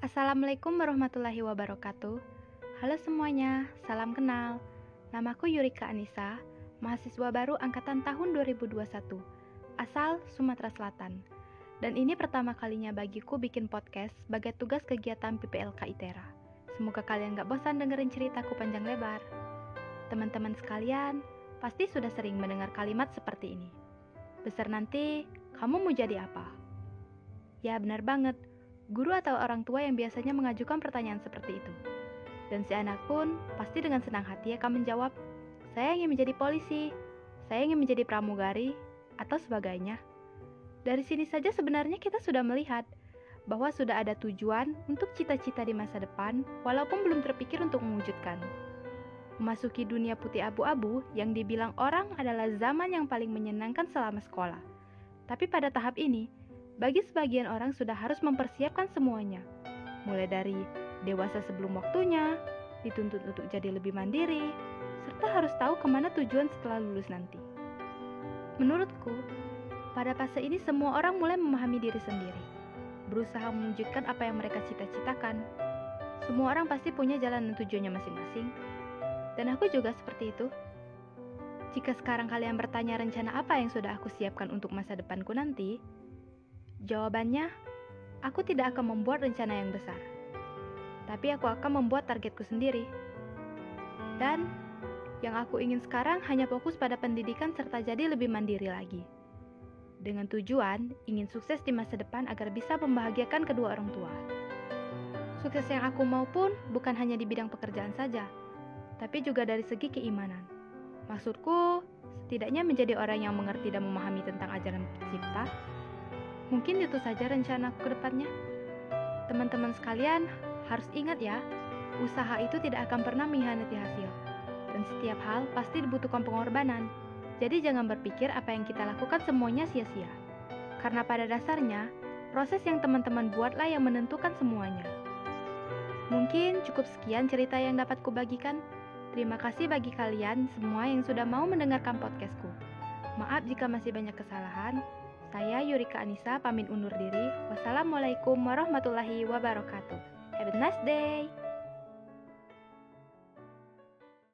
Assalamualaikum warahmatullahi wabarakatuh. Halo semuanya, salam kenal. Namaku Yurika Anissa, mahasiswa baru angkatan tahun 2021, asal Sumatera Selatan. Dan ini pertama kalinya bagiku bikin podcast sebagai tugas kegiatan PPLK ITERA. Semoga kalian gak bosan dengerin ceritaku panjang lebar. Teman-teman sekalian, pasti sudah sering mendengar kalimat seperti ini. Besar nanti, kamu mau jadi apa? Ya benar banget, guru atau orang tua yang biasanya mengajukan pertanyaan seperti itu. Dan si anak pun pasti dengan senang hati akan menjawab, saya ingin menjadi polisi, saya ingin menjadi pramugari, atau sebagainya. Dari sini saja sebenarnya kita sudah melihat bahwa sudah ada tujuan untuk cita-cita di masa depan walaupun belum terpikir untuk mewujudkan. Memasuki dunia putih abu-abu yang dibilang orang adalah zaman yang paling menyenangkan selama sekolah. Tapi pada tahap ini, bagi sebagian orang sudah harus mempersiapkan semuanya, mulai dari dewasa sebelum waktunya, dituntut untuk jadi lebih mandiri, serta harus tahu kemana tujuan setelah lulus nanti. Menurutku, pada fase ini semua orang mulai memahami diri sendiri, berusaha mewujudkan apa yang mereka cita-citakan. Semua orang pasti punya jalan dan tujuannya masing-masing, dan aku juga seperti itu. Jika sekarang kalian bertanya rencana apa yang sudah aku siapkan untuk masa depanku nanti, jawabannya, aku tidak akan membuat rencana yang besar, tapi aku akan membuat targetku sendiri. Dan yang aku ingin sekarang hanya fokus pada pendidikan serta jadi lebih mandiri lagi. Dengan tujuan, ingin sukses di masa depan agar bisa membahagiakan kedua orang tua. Sukses yang aku mau pun bukan hanya di bidang pekerjaan saja, tapi juga dari segi keimanan. Maksudku, setidaknya menjadi orang yang mengerti dan memahami tentang ajaran pencipta. Mungkin itu saja rencanaku ke depannya. Teman-teman sekalian, harus ingat ya, usaha itu tidak akan pernah mengkhianati hasil. Dan setiap hal pasti dibutuhkan pengorbanan. Jadi jangan berpikir apa yang kita lakukan semuanya sia-sia. Karena pada dasarnya, proses yang teman-teman buatlah yang menentukan semuanya. Mungkin cukup sekian cerita yang dapat kubagikan. Terima kasih bagi kalian semua yang sudah mau mendengarkan podcastku. Maaf jika masih banyak kesalahan. Saya Yurika Anissa pamit undur diri. Wassalamualaikum warahmatullahi wabarakatuh. Have a nice day.